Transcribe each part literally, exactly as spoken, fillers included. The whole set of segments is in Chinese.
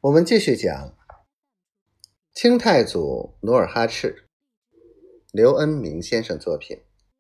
我们继续讲清太祖努尔哈赤，刘恩明先生作品。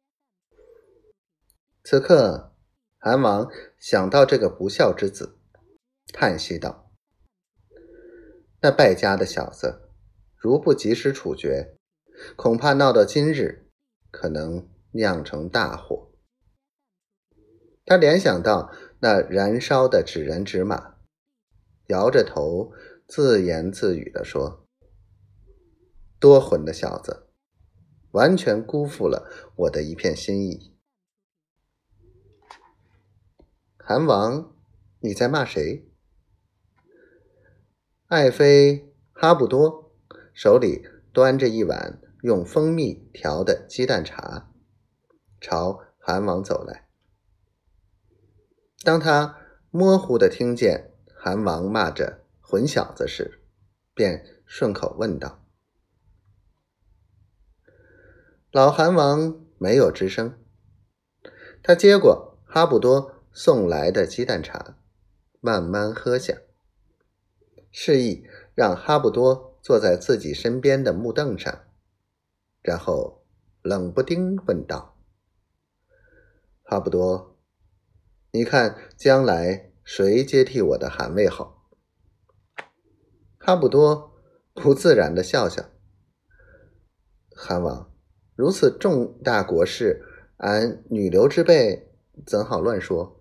此刻韩王想到这个不孝之子，叹息道：那败家的小子，如不及时处决，恐怕闹到今日，可能酿成大祸。他联想到那燃烧的纸人纸马，摇着头自言自语地说：多混的小子，完全辜负了我的一片心意。韩王，你在骂谁？爱妃哈布多手里端着一碗用蜂蜜调的鸡蛋茶，朝韩王走来。当他模糊地听见韩王骂着混小子时，便顺口问道。老韩王没有吱声，他接过哈布多送来的鸡蛋茶，慢慢喝下，示意让哈布多坐在自己身边的木凳上，然后冷不丁问道：哈布多，你看将来谁接替我的汗位好？哈布多不自然地笑笑：韩王，如此重大国事，俺女流之辈怎好乱说？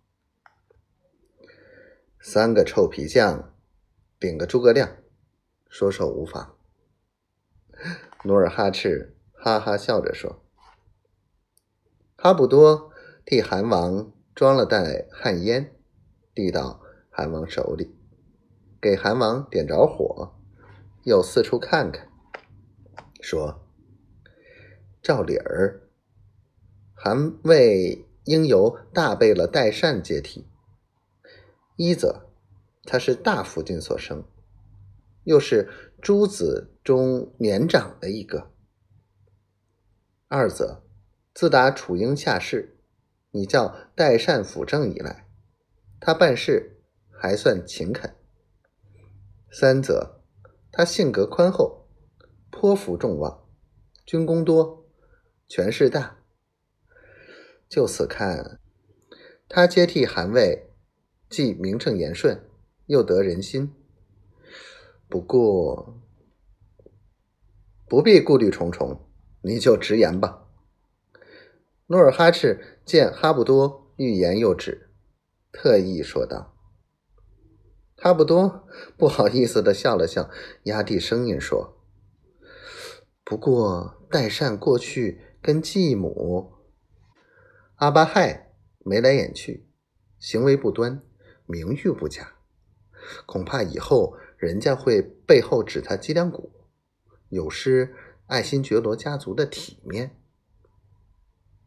三个臭皮匠顶个诸葛亮，说说无妨。努尔哈赤哈哈笑着说。哈布多替韩王装了袋旱烟，递到韩王手里，给韩王点着火，又四处看看，说：照理儿，韩魏应由大贝勒代善接替。一则他是大福晋所生，又是诸子中年长的一个；二则自打楚英下世，你叫代善辅政以来，他办事还算勤恳；三则他性格宽厚，颇服众望，军功多，权势大。就此看，他接替韩魏，既名正言顺，又得人心。不过不必顾虑重重，你就直言吧。努尔哈赤见哈布多欲言又止，特意说道。哈布多不好意思地笑了笑，压低声音说：不过代善过去跟继母阿巴亥眉来眼去，行为不端，名誉不佳，恐怕以后人家会背后指他脊梁骨，有失爱新觉罗家族的体面。